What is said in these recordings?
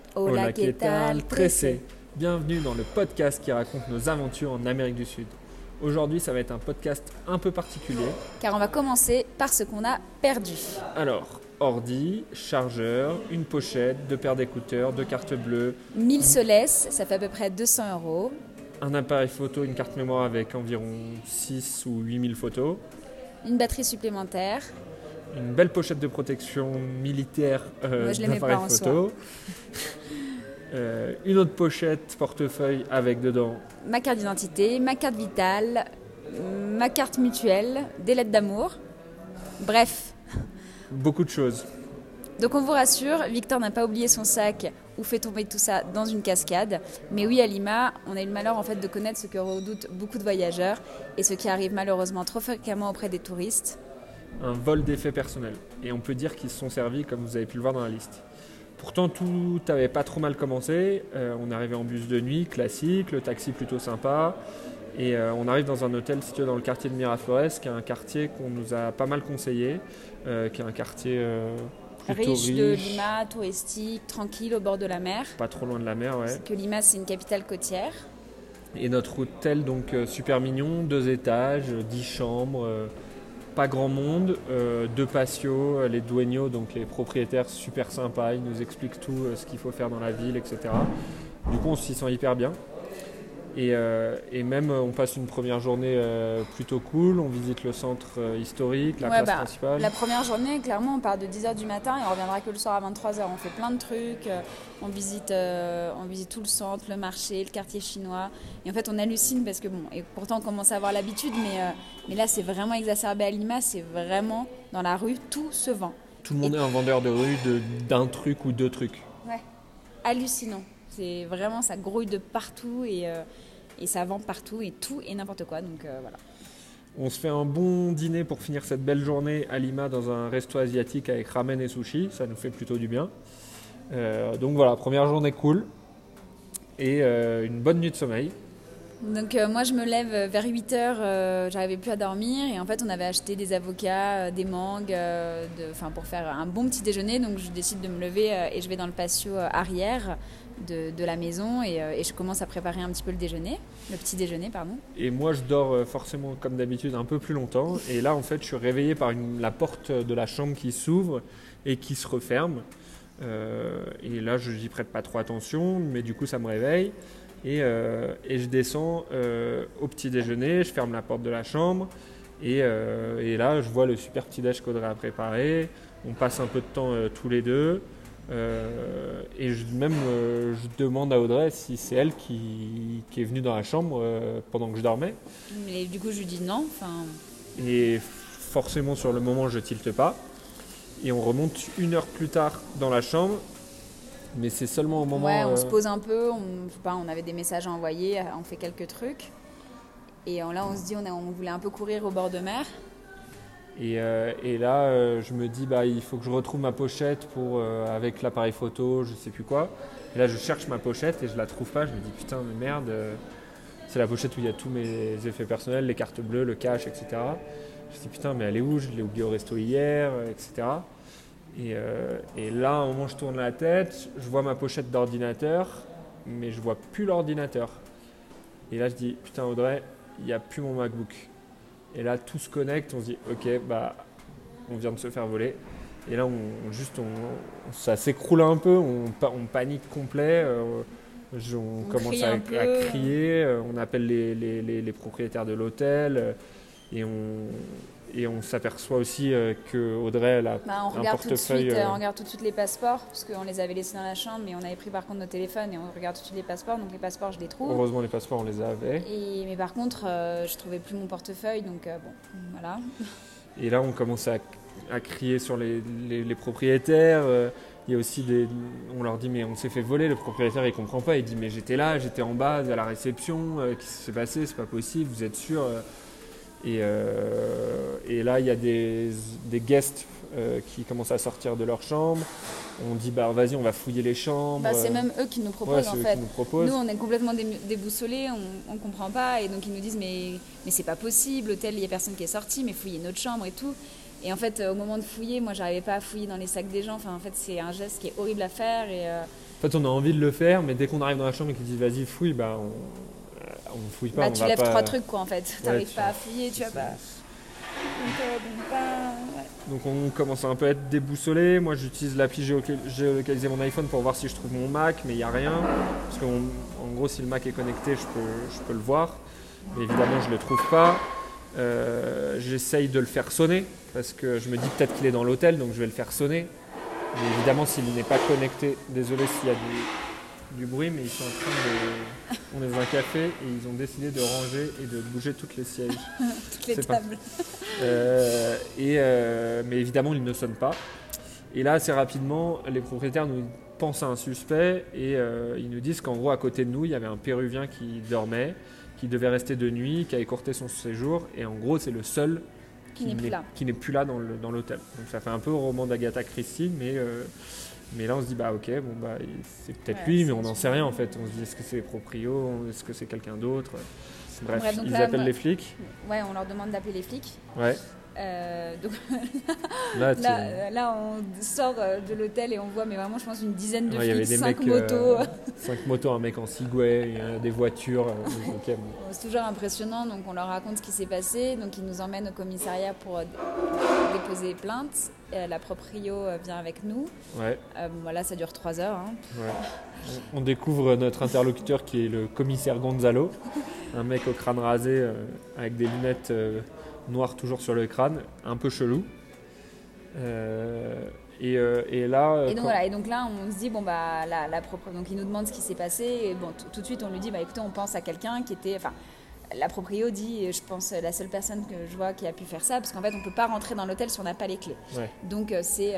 Hola, ¿qué tal? Trece. Bienvenue dans le podcast qui raconte nos aventures en Amérique du Sud. Aujourd'hui, ça va être un podcast un peu particulier. Car on va commencer par ce qu'on a perdu. Alors, ordi, chargeur, une pochette, 2 paires d'écouteurs, 2 cartes bleues, 1000 soles, ça fait à peu près 200 €. un appareil photo, une carte mémoire avec environ 6 ou 8000 photos, Une batterie supplémentaire. une belle pochette de protection militaire Moi, je les mets d'appareil pas en photo, une autre pochette portefeuille avec dedans Ma carte d'identité, ma carte vitale, ma carte mutuelle, des lettres d'amour. Bref. beaucoup de choses. Donc on vous rassure, Victor n'a pas oublié son sac ou fait tomber tout ça dans une cascade. Mais oui, à Lima, on a eu le malheur en fait de connaître ce que redoutent beaucoup de voyageurs et ce qui arrive malheureusement trop fréquemment auprès des touristes. Un vol d'effets personnels. Et on peut dire qu'ils se sont servis comme vous avez pu le voir dans la liste. Pourtant, tout n'avait pas trop mal commencé. On arrivait en bus de nuit, classique, le taxi plutôt sympa. Et on arrive dans un hôtel situé dans le quartier de Miraflores, qui est un quartier qu'on nous a pas mal conseillé, qui est un quartier plutôt Riche de Lima, touristique, tranquille au bord de la mer. pas trop loin de la mer, ouais. Parce que Lima, c'est une capitale côtière. Et notre hôtel, donc super mignon, 2 étages, 10 chambres, pas grand monde, 2 patios, les dueños, donc les propriétaires super sympas, ils nous expliquent tout ce qu'il faut faire dans la ville, etc. Du coup, on s'y sent hyper bien. Et même, on passe une première journée plutôt cool, on visite le centre historique, la place principale. La première journée, clairement, on part de 10h du matin et on reviendra que le soir à 23h. On fait plein de trucs, on visite tout le centre, le marché, le quartier chinois. Et en fait, on hallucine parce que, bon, et pourtant on commence à avoir l'habitude, mais là, c'est vraiment exacerbé à Lima, c'est vraiment dans la rue, tout se vend. Tout le monde est un vendeur de rue d'un truc ou 2 trucs. Ouais, hallucinant. C'est vraiment, ça grouille de partout et ça vend partout et tout et n'importe quoi. Donc voilà. On se fait un bon dîner pour finir cette belle journée à Lima dans un resto asiatique avec ramen et sushi. Ça nous fait plutôt du bien. Donc voilà, première journée cool et une bonne nuit de sommeil. Donc moi je me lève vers 8h, j'arrivais plus à dormir et en fait on avait acheté des avocats, des mangues pour faire un bon petit déjeuner. Donc je décide de me lever et je vais dans le patio arrière de la maison et je commence à préparer un petit peu le petit déjeuner. Et moi je dors forcément comme d'habitude un peu plus longtemps et là en fait je suis réveillé par la porte de la chambre qui s'ouvre et qui se referme et là je n'y prête pas trop attention mais du coup ça me réveille et je descends au petit déjeuner, je ferme la porte de la chambre et là je vois le super petit déj qu'Audrey a préparé, on passe un peu de temps tous les deux. Et je demande à Audrey si c'est elle qui est venue dans la chambre pendant que je dormais. Mais du coup je lui dis non. Et forcément sur le moment je tilte pas. Et on remonte 1 heure plus tard dans la chambre. Mais c'est seulement au moment... Ouais, on se pose un peu, on avait des messages à envoyer, on fait quelques trucs. Et là on se dit on voulait un peu courir au bord de mer. Et là, je me dis, il faut que je retrouve ma pochette avec l'appareil photo, je sais plus quoi. Et là, je cherche ma pochette et je la trouve pas. Je me dis, putain, mais merde, c'est la pochette où il y a tous mes effets personnels, les cartes bleues, le cash, etc. Je me dis, putain, mais elle est où? Je l'ai oubliée au resto hier, etc. Et là, à un moment, je tourne la tête, je vois ma pochette d'ordinateur, mais je vois plus l'ordinateur. Et là, je dis, putain, Audrey, il n'y a plus mon MacBook. Et là, tout se connecte, on se dit, ok, on vient de se faire voler. Et là, ça s'écroule un peu, on panique complet, on commence à crier, on appelle les propriétaires de l'hôtel et on s'aperçoit aussi qu'Audrey a on un portefeuille. On regarde tout de suite les passeports, parce qu'on les avait laissés dans la chambre, mais on avait pris par contre nos téléphones et on regarde tout de suite les passeports. Donc les passeports, je les trouve. Heureusement, les passeports, on les avait. Mais par contre, je trouvais plus mon portefeuille, donc voilà. Et là, on commence à crier sur les propriétaires. Il y a aussi on leur dit, mais on s'est fait voler. Le propriétaire, il comprend pas. Il dit, mais j'étais là, j'étais en bas à la réception. Qu'est-ce qui s'est passé? C'est pas possible, vous êtes sûr? Et là, il y a des guests qui commencent à sortir de leur chambre. On dit, vas-y, on va fouiller les chambres. C'est même eux qui nous proposent, en fait. Nous, on est complètement déboussolés, on comprend pas. Et donc, ils nous disent, mais c'est pas possible, l'hôtel, il y a personne qui est sorti, mais fouillez notre chambre et tout. Et en fait, au moment de fouiller, moi, j'arrivais pas à fouiller dans les sacs des gens. Enfin, en fait, c'est un geste qui est horrible à faire. En fait, on a envie de le faire, mais dès qu'on arrive dans la chambre et qu'ils disent vas-y fouille, bah on fouille pas. Bah, on tu va lèves pas... 3 trucs quoi en fait. T'arrives tu- pas à fouiller, tu vois pas. Donc on commence à un peu être déboussolé. Moi j'utilise l'appli géolocaliser mon iPhone pour voir si je trouve mon Mac, mais il n'y a rien. Parce qu'en gros si le Mac est connecté, je peux le voir. Mais évidemment je ne le trouve pas. J'essaye de le faire sonner, parce que je me dis peut-être qu'il est dans l'hôtel, donc je vais le faire sonner. Mais évidemment s'il n'est pas connecté, désolé s'il y a du bruit, mais ils sont en train de... On est dans un café et ils ont décidé de ranger et de bouger toutes les sièges. Toutes les tables. Mais évidemment, il ne sonne pas. Et là, assez rapidement, les propriétaires nous pensent à un suspect et ils nous disent qu'en gros, à côté de nous, il y avait un Péruvien qui dormait, qui devait rester de nuit, qui a écourté son séjour. Et en gros, c'est le seul qui n'est plus là dans l'hôtel. Donc ça fait un peu roman d'Agatha Christie, mais là, on se dit, bah ok, bon, bah, c'est peut-être lui, mais on n'en sait rien en fait. On se dit, est-ce que c'est les proprios, est-ce que c'est quelqu'un d'autre? Bref, donc ils là, appellent les flics. Ouais, on leur demande d'appeler les flics. Ouais. Donc là, on sort de l'hôtel et on voit, mais vraiment, je pense, une dizaine de il y avait flics, des 5 mecs, motos. 5 motos, un mec en Segway, des voitures. Okay, bon. C'est toujours impressionnant, donc on leur raconte ce qui s'est passé. Donc ils nous emmènent au commissariat pour déposer plainte. La proprio vient avec nous. Ouais. Voilà, ça dure 3 heures. Hein. Ouais. On découvre notre interlocuteur qui est le commissaire Gonzalo, un mec au crâne rasé avec des lunettes noires toujours sur le crâne, un peu chelou. Et là, et donc là, on se dit bon bah donc il nous demande ce qui s'est passé. Et bon, tout de suite, on lui dit bah écoutez, on pense à quelqu'un qui était, enfin. La proprio dit, je pense, la seule personne que je vois qui a pu faire ça, parce qu'en fait, on ne peut pas rentrer dans l'hôtel si on n'a pas les clés. Ouais. Donc, c'est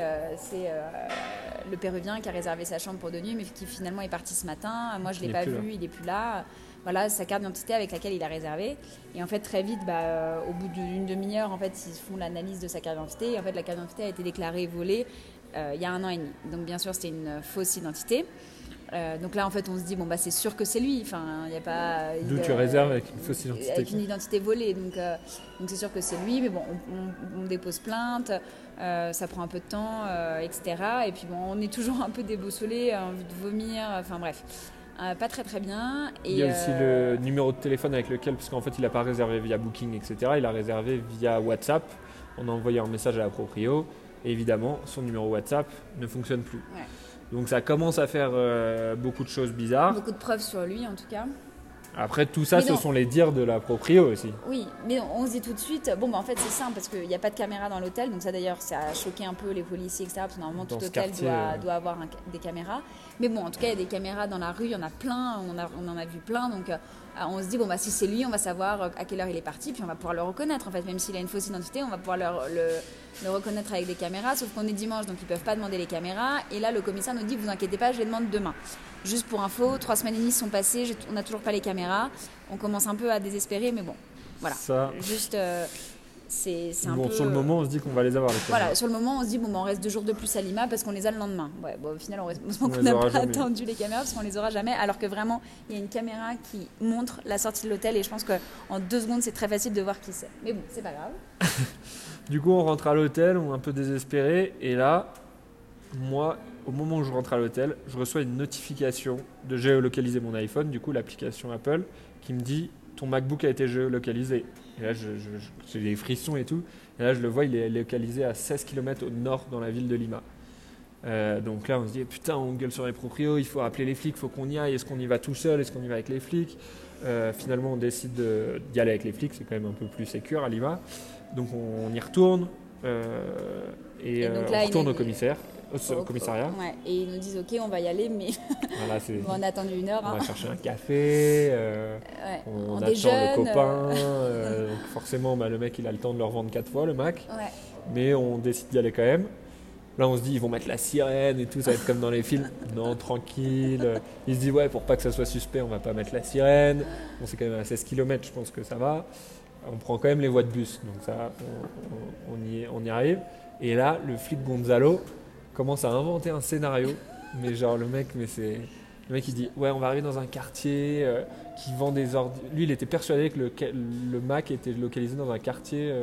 le Péruvien qui a réservé sa chambre pour de nuit, mais qui finalement est parti ce matin. Moi, je ne l'ai pas vu, il n'est plus là. Voilà, sa carte d'identité avec laquelle il a réservé. Et en fait, très vite, au bout d'une demi-heure, en fait, ils font l'analyse de sa carte d'identité. Et en fait, la carte d'identité a été déclarée volée il y a 1 an et demi. Donc, bien sûr, c'était une fausse identité. Donc là, en fait, on se dit, bon, bah, c'est sûr que c'est lui. Enfin, y a pas, d'où tu réserves avec une fausse identité. Avec une identité volée. Donc c'est sûr que c'est lui. Mais bon, on dépose plainte. Ça prend un peu de temps, etc. Et puis, bon, on est toujours un peu déboussolé, envie de vomir. Enfin, bref. Pas très, très bien. Et il y a aussi le numéro de téléphone avec lequel, parce qu'en fait, il n'a pas réservé via Booking, etc. Il a réservé via WhatsApp. On a envoyé un message à la proprio. Et évidemment, son numéro WhatsApp ne fonctionne plus. Ouais. Donc ça commence à faire beaucoup de choses bizarres. Beaucoup de preuves sur lui en tout cas. Après tout ça, ce sont les dires de la proprio aussi. Oui, mais on se dit tout de suite, bon bah en fait c'est simple parce qu'il n'y a pas de caméra dans l'hôtel, donc ça d'ailleurs ça a choqué un peu les policiers etc. Parce que normalement tout hôtel doit avoir des caméras. Mais bon en tout cas il y a des caméras dans la rue, il y en a plein, on en a vu plein, donc on se dit bon bah si c'est lui on va savoir à quelle heure il est parti, puis on va pouvoir le reconnaître en fait, même s'il a une fausse identité on va pouvoir le reconnaître avec des caméras, sauf qu'on est dimanche donc ils peuvent pas demander les caméras, et là le commissaire nous dit vous inquiétez pas je les demande demain. Juste pour info, 3 semaines et demie sont passées, on n'a toujours pas les caméras, on commence un peu à désespérer, mais bon voilà, juste c'est un peu... Sur le moment on se dit qu'on va les avoir les caméras. Voilà, sur le moment on se dit bon bah, on reste 2 jours de plus à Lima parce qu'on les a le lendemain. Ouais, bon, au final on n'a pas attendu les caméras parce qu'on les aura jamais, alors que vraiment il y a une caméra qui montre la sortie de l'hôtel et je pense qu'en 2 secondes c'est très facile de voir qui c'est. Mais bon, c'est pas grave. Du coup on rentre à l'hôtel, on est un peu désespéré, et là, moi, au moment où je rentre à l'hôtel, je reçois une notification de géolocaliser mon iPhone, du coup l'application Apple, qui me dit ton MacBook a été géolocalisé. Et là j'ai des frissons et tout, et là je le vois, il est localisé à 16 km au nord dans la ville de Lima. Donc là on se dit putain, on gueule sur les proprios, il faut appeler les flics, il faut qu'on y aille, est-ce qu'on y va tout seul, est-ce qu'on y va avec les flics? Finalement on décide d'y aller avec les flics, c'est quand même un peu plus sécure à Lima, donc on y retourne et donc là, on retourne au commissariat. Ouais, et ils nous disent ok on va y aller, mais voilà, on a attendu 1 heure. On va chercher un café, on attend le copain, donc forcément le mec il a le temps de le revendre 4 fois le Mac, mais on décide d'y aller quand même. Là on se dit ils vont mettre la sirène et tout, ça va être comme dans les films. Non, tranquille. Il se dit ouais, pour pas que ça soit suspect on va pas mettre la sirène. Bon, c'est quand même à 16 km, je pense que ça va. On prend quand même les voies de bus, donc ça on y arrive. Et là le flic Gonzalo commence à inventer un scénario, mais genre le mec il dit ouais on va arriver dans un quartier qui vend des ordi. Lui il était persuadé que le Mac était localisé dans un quartier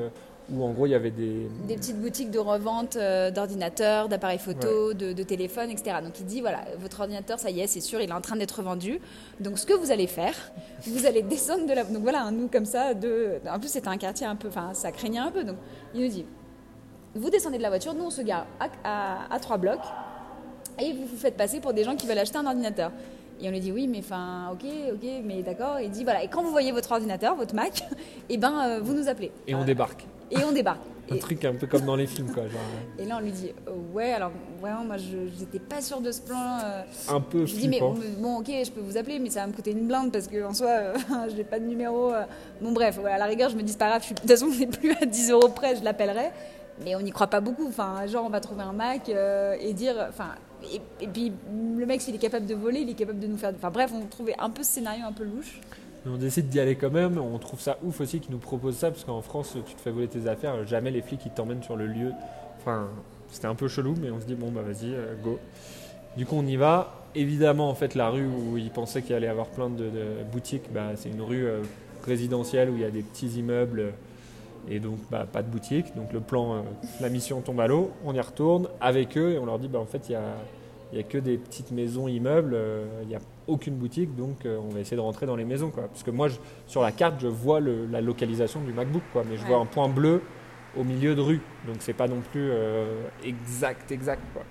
où en gros il y avait des petites boutiques de revente d'ordinateurs, d'appareils photo, de téléphones, etc. Donc il dit voilà, votre ordinateur, ça y est, c'est sûr, il est en train d'être vendu. Donc ce que vous allez faire, vous allez descendre de la... Donc voilà, nous comme ça, en plus c'était un quartier un peu, enfin ça craignait un peu. Donc il nous dit, vous descendez de la voiture, nous on se gare à 3 blocs et vous vous faites passer pour des gens qui veulent acheter un ordinateur. Et on lui dit oui, mais enfin, ok, mais d'accord. Et il dit voilà, et quand vous voyez votre ordinateur, votre Mac, et vous nous appelez. Et on débarque. Et on débarque. Un truc un peu comme dans les films, quoi. Genre... Et là, on lui dit ouais, alors vraiment, moi, j'étais pas sûre de ce plan. Un peu je lui dis mais bon, ok, je peux vous appeler, mais ça va me coûter une blinde parce qu'en soi, je n'ai pas de numéro. Bon, bref, voilà, à la rigueur, je me dis c'est pas grave, de toute façon, on n'est plus à 10 € près, je l'appellerai. Mais on n'y croit pas beaucoup. Enfin, genre, on va trouver un Mac et dire. Enfin, et puis, le mec, s'il est capable de voler, il est capable de nous faire. Enfin, bref, on trouvait un peu ce scénario un peu louche. Mais on décide d'y aller quand même. On trouve ça ouf aussi qu'ils nous proposent ça, parce qu'en France, tu te fais voler tes affaires. Jamais les flics ils t'emmènent sur le lieu. Enfin, c'était un peu chelou, mais on se dit bon, bah vas-y, go. Du coup, on y va. Évidemment, en fait, la rue où ils pensaient qu'il allait y avoir plein de boutiques, bah, c'est une rue résidentielle où il y a des petits immeubles. Et donc pas de boutique, donc le plan, la mission tombe à l'eau, on y retourne avec eux et on leur dit en fait il y a que des petites maisons immeubles, il n'y a aucune boutique, donc on va essayer de rentrer dans les maisons, quoi. Parce que moi sur la carte je vois la localisation du MacBook, quoi, mais je vois un point bleu au milieu de rue, donc c'est pas non plus exact quoi.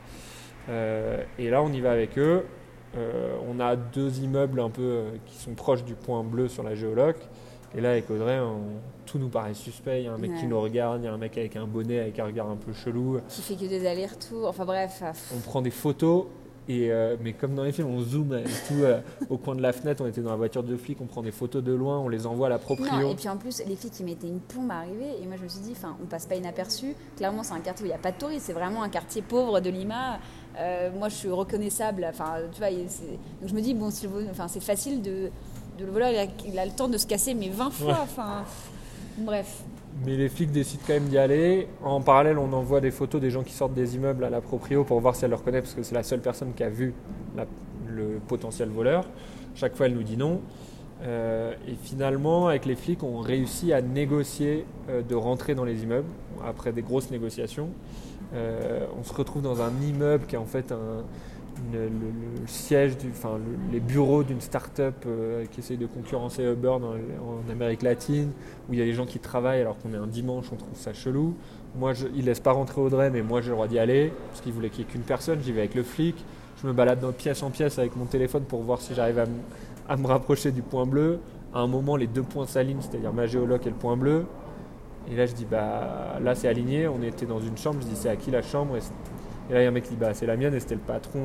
Et là on y va avec eux, on a 2 immeubles un peu qui sont proches du point bleu sur la géoloc. Et là, avec Audrey, tout nous paraît suspect. Il y a un mec qui nous regarde, il y a un mec avec un bonnet, avec un regard un peu chelou. Qui fait que des allers-retours, enfin bref. On prend des photos, mais comme dans les films, on zoome et tout au coin de la fenêtre. On était dans la voiture de flic, on prend des photos de loin, on les envoie à la proprio. Non, et puis en plus, les flics, ils mettaient une plombe à arriver. Et moi, je me suis dit, on passe pas inaperçu. Clairement, c'est un quartier où il n'y a pas de touristes. C'est vraiment un quartier pauvre de Lima. Moi, je suis reconnaissable. Enfin, tu vois, donc je me dis, bon, c'est facile de le voleur, il a le temps de se casser, mais 20 fois. Enfin, bref. Mais les flics décident quand même d'y aller. En parallèle, on envoie des photos des gens qui sortent des immeubles à la proprio pour voir si elle le reconnaît, parce que c'est la seule personne qui a vu le potentiel voleur. Chaque fois, elle nous dit non. Et finalement, avec les flics, on réussit à négocier de rentrer dans les immeubles après des grosses négociations. On se retrouve dans un immeuble qui est en fait le siège, les bureaux d'une start-up qui essaye de concurrencer Uber en Amérique latine, où il y a des gens qui travaillent alors qu'on est un dimanche, on trouve ça chelou. Moi, il ne laisse pas rentrer Audrey, mais moi j'ai le droit d'y aller, parce qu'il voulait qu'il n'y ait qu'une personne. J'y vais avec le flic, je me balade de pièce en pièce avec mon téléphone pour voir si j'arrive à me rapprocher du point bleu. À un moment, les 2 points s'alignent, c'est-à-dire ma géoloc et le point bleu. Et là, je dis, là c'est aligné, on était dans une chambre, je dis, c'est à qui la chambre ? Et là, il y a un mec qui dit, c'est la mienne, et c'était le patron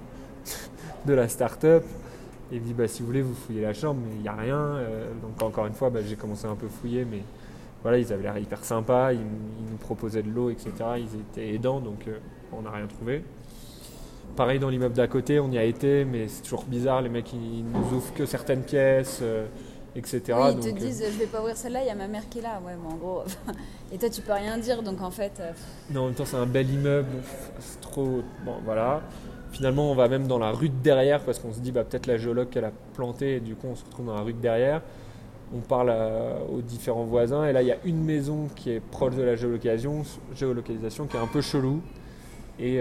de la start-up. Et il me dit, si vous voulez, vous fouillez la chambre, mais il n'y a rien. Donc, encore une fois, j'ai commencé un peu fouiller, mais voilà, ils avaient l'air hyper sympas, ils nous proposaient de l'eau, etc. Ils étaient aidants, donc on n'a rien trouvé. Pareil, dans l'immeuble d'à côté, on y a été, mais c'est toujours bizarre, les mecs, ils nous ouvrent que certaines pièces, etc. Oui, ils te disent, je vais pas ouvrir celle-là, il y a ma mère qui est là. Ouais, mais en gros, et toi, tu peux rien dire, donc en fait... Non, en même temps, c'est un bel immeuble, c'est trop... Bon, voilà. Finalement, on va même dans la rue de derrière, parce qu'on se dit, peut-être la géologue qu'elle a plantée, et du coup, on se retrouve dans la rue de derrière. On parle aux différents voisins, et là, il y a une maison qui est proche de la géolocalisation qui est un peu chelou, et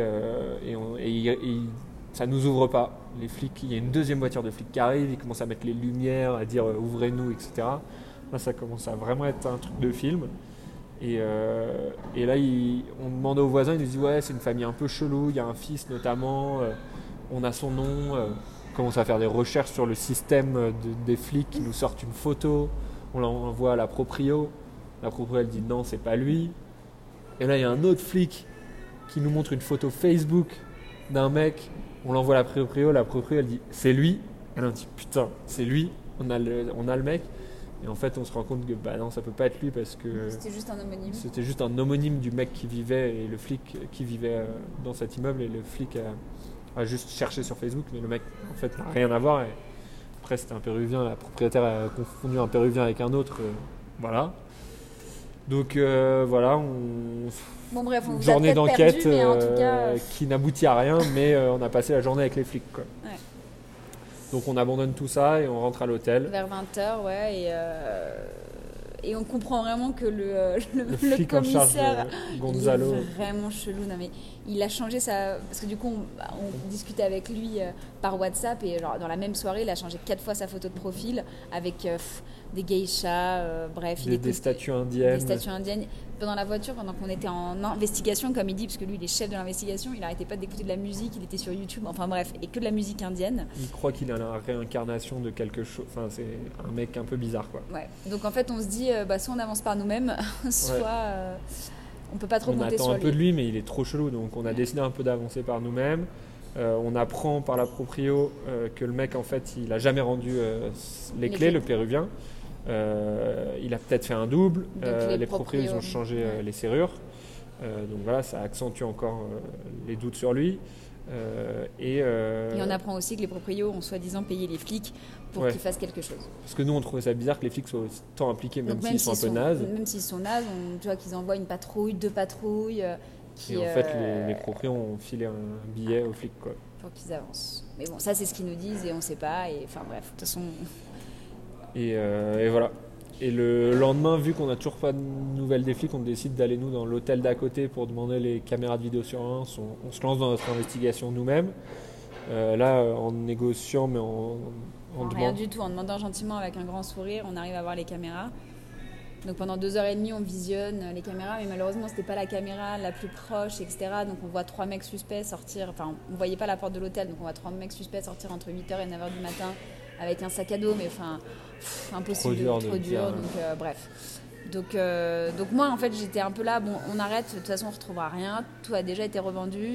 ça nous ouvre pas. Les flics, il y a une deuxième voiture de flics qui arrive, ils commencent à mettre les lumières, à dire ouvrez-nous, etc. Là, ça commence à vraiment être un truc de film. Et là, on demande aux voisins, ils nous disent ouais, c'est une famille un peu chelou, il y a un fils notamment, on a son nom. On commence à faire des recherches sur le système des flics qui nous sortent une photo, on l'envoie à la proprio. La proprio, elle dit non, c'est pas lui. Et là, il y a un autre flic qui nous montre une photo Facebook d'un mec. On l'envoie à la proprio, elle dit c'est lui. Et là on dit putain, c'est lui, on a le mec. Et en fait on se rend compte que non, ça peut pas être lui parce que c'était juste un homonyme du mec qui vivait et le flic qui vivait dans cet immeuble, et le flic a juste cherché sur Facebook, mais le mec en fait n'a rien à voir. Et après c'était un Péruvien, la propriétaire a confondu un Péruvien avec un autre, voilà. Donc voilà, bon, bref, on journée d'enquête perdu, en tout cas, qui n'aboutit à rien, mais on a passé la journée avec les flics, quoi. Ouais. Donc on abandonne tout ça et on rentre à l'hôtel. Vers 20h, ouais. Et on comprend vraiment que Le flic en charge commissaire, de Gonzalo. il est vraiment chelou. Non, mais il a changé ça. Parce que du coup, on discutait avec lui par WhatsApp. Et genre, dans la même soirée, il a changé 4 fois sa photo de profil avec des geishas, bref. Des statues indiennes. Des statues indiennes. Dans la voiture, pendant qu'on était en investigation, comme il dit, parce que lui, il est chef de l'investigation, il n'arrêtait pas d'écouter de la musique, il était sur YouTube, enfin bref, et que de la musique indienne. Il croit qu'il a la réincarnation de quelque chose. Enfin, c'est un mec un peu bizarre, quoi. Ouais. Donc en fait, on se dit, soit on avance par nous-mêmes, soit on peut pas trop compter sur lui. On attend un peu de lui, mais il est trop chelou, donc on a décidé un peu d'avancer par nous-mêmes. On apprend par la proprio que le mec, en fait, il a jamais rendu les clés, le péruvien. Il a peut-être fait un double. Les proprios, ils ont changé les serrures. Donc voilà, ça accentue encore les doutes sur lui. Et on apprend aussi que les proprios ont soi-disant payé les flics pour qu'ils fassent quelque chose. Parce que nous, on trouvait ça bizarre que les flics soient autant impliqués, même s'ils sont un peu nazes. Même s'ils sont nazes, tu vois qu'ils envoient une patrouille, 2 patrouilles. Et en fait, les proprios ont filé un billet aux flics, quoi. Pour qu'ils avancent. Mais bon, ça, c'est ce qu'ils nous disent et on sait pas. Et enfin bref, de toute façon... Et voilà. Et le lendemain, vu qu'on n'a toujours pas de nouvelles des flics, on décide d'aller nous dans l'hôtel d'à côté pour demander les caméras de vidéosurveillance. On se lance dans notre investigation nous-mêmes. Là, en négociant, mais rien du tout, en demandant gentiment avec un grand sourire, on arrive à voir les caméras. Donc pendant 2h30, on visionne les caméras, mais malheureusement, c'était pas la caméra la plus proche, etc. Donc on voit 3 mecs suspects sortir. Enfin, on voyait pas la porte de l'hôtel, donc on voit 3 mecs suspects sortir entre 8h et 9h du matin avec un sac à dos, mais enfin, impossible, trop dur. Donc bref. Donc moi, en fait, j'étais un peu là. Bon, on arrête. De toute façon, on retrouvera rien. Tout a déjà été revendu.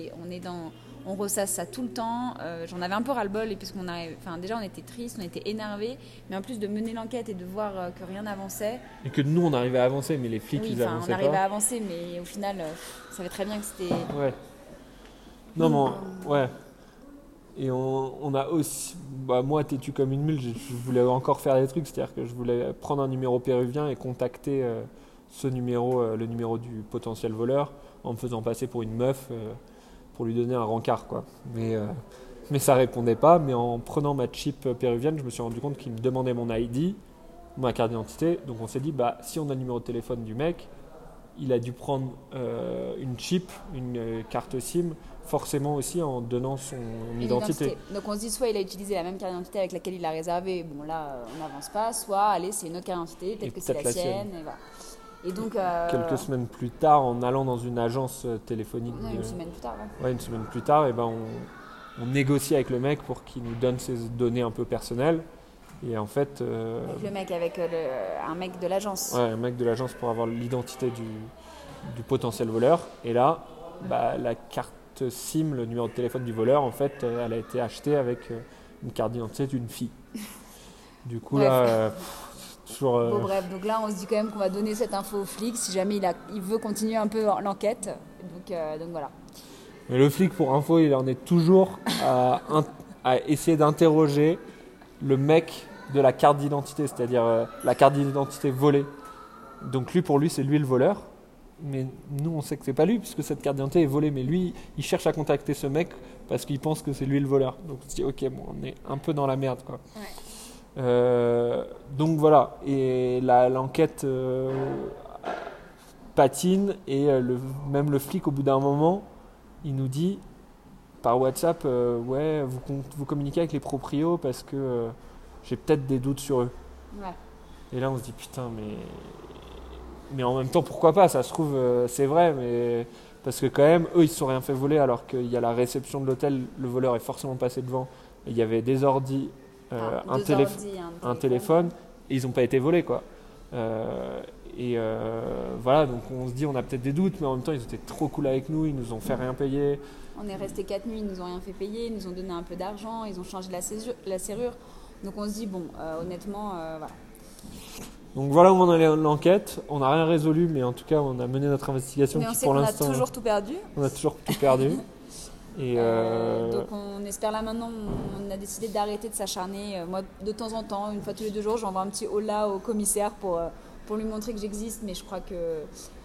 On ressasse ça tout le temps. J'en avais un peu ras-le-bol, et puisqu'on arrive, déjà on était tristes, on était énervés, mais en plus de mener l'enquête et de voir que rien n'avançait. Et que nous on arrivait à avancer, mais les flics ils avançaient pas. On arrivait à avancer, mais au final, on savait très bien que c'était. Ouais. Non, mais ouais. Et on a aussi, moi têtu comme une mule, je voulais encore faire des trucs, c'est-à-dire que je voulais prendre un numéro péruvien et contacter ce numéro, le numéro du potentiel voleur, en me faisant passer pour une meuf. Pour lui donner un rencard, quoi. Mais ça répondait pas. Mais en prenant ma chip péruvienne, je me suis rendu compte qu'il me demandait mon ID, ma carte d'identité. Donc on s'est dit, si on a le numéro de téléphone du mec, il a dû prendre une chip, une carte SIM, forcément aussi en donnant son identité. Donc on se dit, soit il a utilisé la même carte d'identité avec laquelle il a réservé, bon là on n'avance pas, soit allez c'est une autre carte d'identité, peut-être que c'est la sienne. Et voilà. Et donc, quelques semaines plus tard, en allant dans une agence téléphonique, une semaine plus tard, une semaine plus tard, on négocie avec le mec pour qu'il nous donne ses données un peu personnelles. Et en fait, avec le mec, avec un mec de l'agence. Ouais, un mec de l'agence pour avoir l'identité du potentiel voleur. Et là, la carte SIM, le numéro de téléphone du voleur, en fait, elle a été achetée avec une carte d'identité d'une fille. Du coup, là. Bon, bref, donc là on se dit quand même qu'on va donner cette info au flic si jamais il veut continuer un peu l'enquête. Donc voilà. Mais le flic, pour info, il en est toujours à essayer d'interroger le mec de la carte d'identité, c'est-à-dire la carte d'identité volée. Donc pour lui, c'est lui le voleur. Mais nous, on sait que c'est pas lui puisque cette carte d'identité est volée. Mais lui, il cherche à contacter ce mec parce qu'il pense que c'est lui le voleur. Donc on se dit, ok, on est un peu dans la merde, quoi. Ouais. Donc voilà, et l'enquête patine et même le flic au bout d'un moment il nous dit par WhatsApp vous communiquez avec les proprios parce que j'ai peut-être des doutes sur eux. Ouais. Et là on se dit putain mais en même temps pourquoi pas, ça se trouve c'est vrai, mais parce que quand même eux ils se sont rien fait voler alors qu'il y a la réception de l'hôtel, le voleur est forcément passé devant et il y avait des ordis. Un téléphone et ils n'ont pas été volés, quoi. Voilà, donc on se dit on a peut-être des doutes, mais en même temps ils étaient trop cool avec nous, ils nous ont fait rien payer. On est resté 4 nuits, ils nous ont rien fait payer, ils nous ont donné un peu d'argent, ils ont changé la serrure. Donc on se dit honnêtement voilà. Donc voilà où on en est l'enquête, on n'a rien résolu, mais en tout cas on a mené notre investigation mais qui pour l'instant on a toujours tout perdu. On a toujours tout perdu. Et donc on espère là maintenant, on a décidé d'arrêter de s'acharner. Moi de temps en temps, une fois tous les 2 jours, j'envoie un petit hola au commissaire pour lui montrer que j'existe, mais je crois que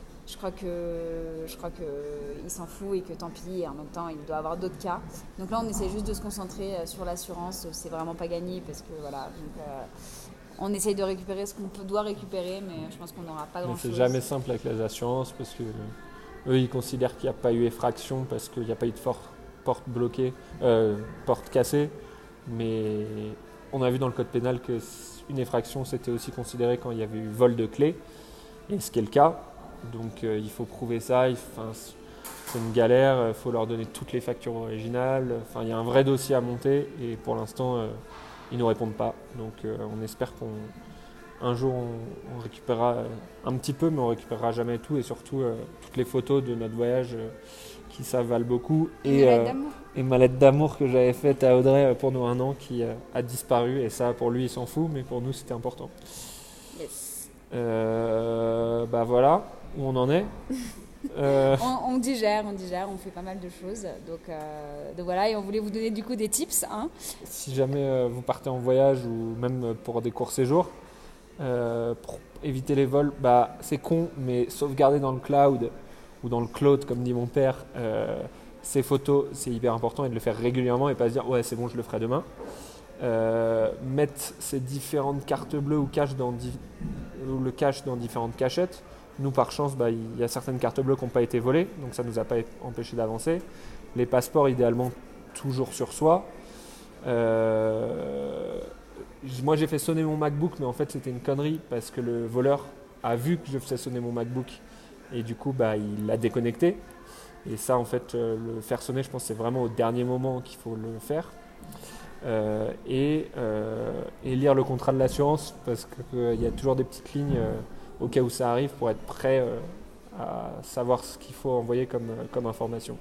il s'en fout et que tant pis, et en même temps il doit avoir d'autres cas. Donc là on essaie juste de se concentrer sur l'assurance, c'est vraiment pas gagné parce que voilà. Donc, on essaye de récupérer ce qu'on doit récupérer, mais je pense qu'on n'aura pas Mais grand-chose. c'est jamais simple avec les assurances parce que eux, ils considèrent qu'il n'y a pas eu effraction parce qu'il n'y a pas eu de porte bloquée, porte cassée. Mais on a vu dans le code pénal qu'une effraction, c'était aussi considéré quand il y avait eu vol de clés, et ce qui est le cas. Donc il faut prouver ça. C'est une galère, il faut leur donner toutes les factures originales. Enfin, il y a un vrai dossier à monter et pour l'instant, ils ne nous répondent pas. Donc on espère qu'un jour, on récupérera un petit peu, mais on ne récupérera jamais tout. Et surtout, toutes les photos de notre voyage qui ça valent beaucoup. Et ma lettre d'amour que j'avais faite à Audrey pour nos 1 an qui a disparu. Et ça, pour lui, il s'en fout, mais pour nous, c'était important. Yes. Bah voilà, où on en est. On digère, on fait pas mal de choses. Donc voilà, et on voulait vous donner du coup des tips. Hein. Si jamais vous partez en voyage ou même pour des courts séjours, pour éviter les vols, bah, c'est con, mais sauvegarder dans le cloud ou dans le cloud, comme dit mon père, ces photos, c'est hyper important et de le faire régulièrement et pas se dire ouais c'est bon, je le ferai demain. Mettre ces différentes cartes bleues ou le cache dans différentes cachettes. Nous, par chance, il y a certaines cartes bleues qui n'ont pas été volées, donc ça ne nous a pas empêché d'avancer. Les passeports, idéalement, toujours sur soi. Moi, j'ai fait sonner mon MacBook, mais en fait, c'était une connerie parce que le voleur a vu que je faisais sonner mon MacBook et du coup, il l'a déconnecté. Et ça, en fait, le faire sonner, je pense que c'est vraiment au dernier moment qu'il faut le faire. Et lire le contrat de l'assurance parce qu'il y a toujours des petites lignes au cas où ça arrive pour être prêt à savoir ce qu'il faut envoyer comme information.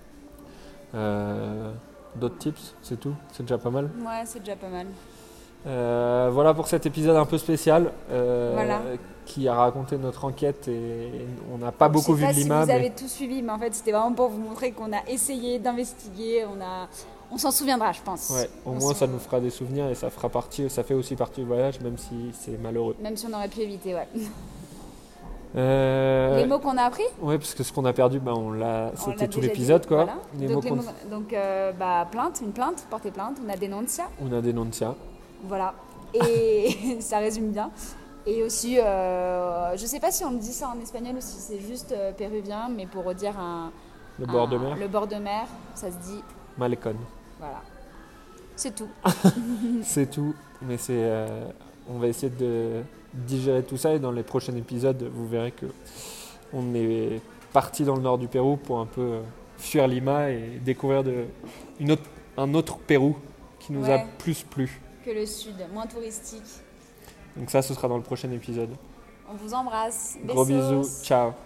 D'autres tips, c'est tout? C'est déjà pas mal? Ouais, c'est déjà pas mal. Voilà pour cet épisode un peu spécial Voilà. qui a raconté notre enquête et on n'a pas beaucoup vu de Lima. Si vous avez tout suivi, mais en fait c'était vraiment pour vous montrer qu'on a essayé d'investiguer, on s'en souviendra, je pense. Ouais, au moins ça nous fera des souvenirs et ça fait aussi partie du voyage, même si c'est malheureux. Même si on aurait pu éviter, ouais. Les mots qu'on a appris? Ouais, parce que ce qu'on a perdu, c'était tout l'épisode, dit, quoi. Voilà. Plainte, une plainte, porter plainte, una denuncia. Una denuncia. Voilà. Et ça résume bien. Et aussi, je sais pas si on dit ça en espagnol ou si c'est juste péruvien, mais pour redire le bord de mer. Le bord de mer, ça se dit Malecón. Voilà. C'est tout. C'est tout, mais on va essayer de digérer tout ça et dans les prochains épisodes, vous verrez que on est parti dans le nord du Pérou pour un peu fuir Lima et découvrir un autre Pérou qui nous a plus plu. Que le sud, moins touristique. Donc ça, ce sera dans le prochain épisode. On vous embrasse. Gros bisous, ciao.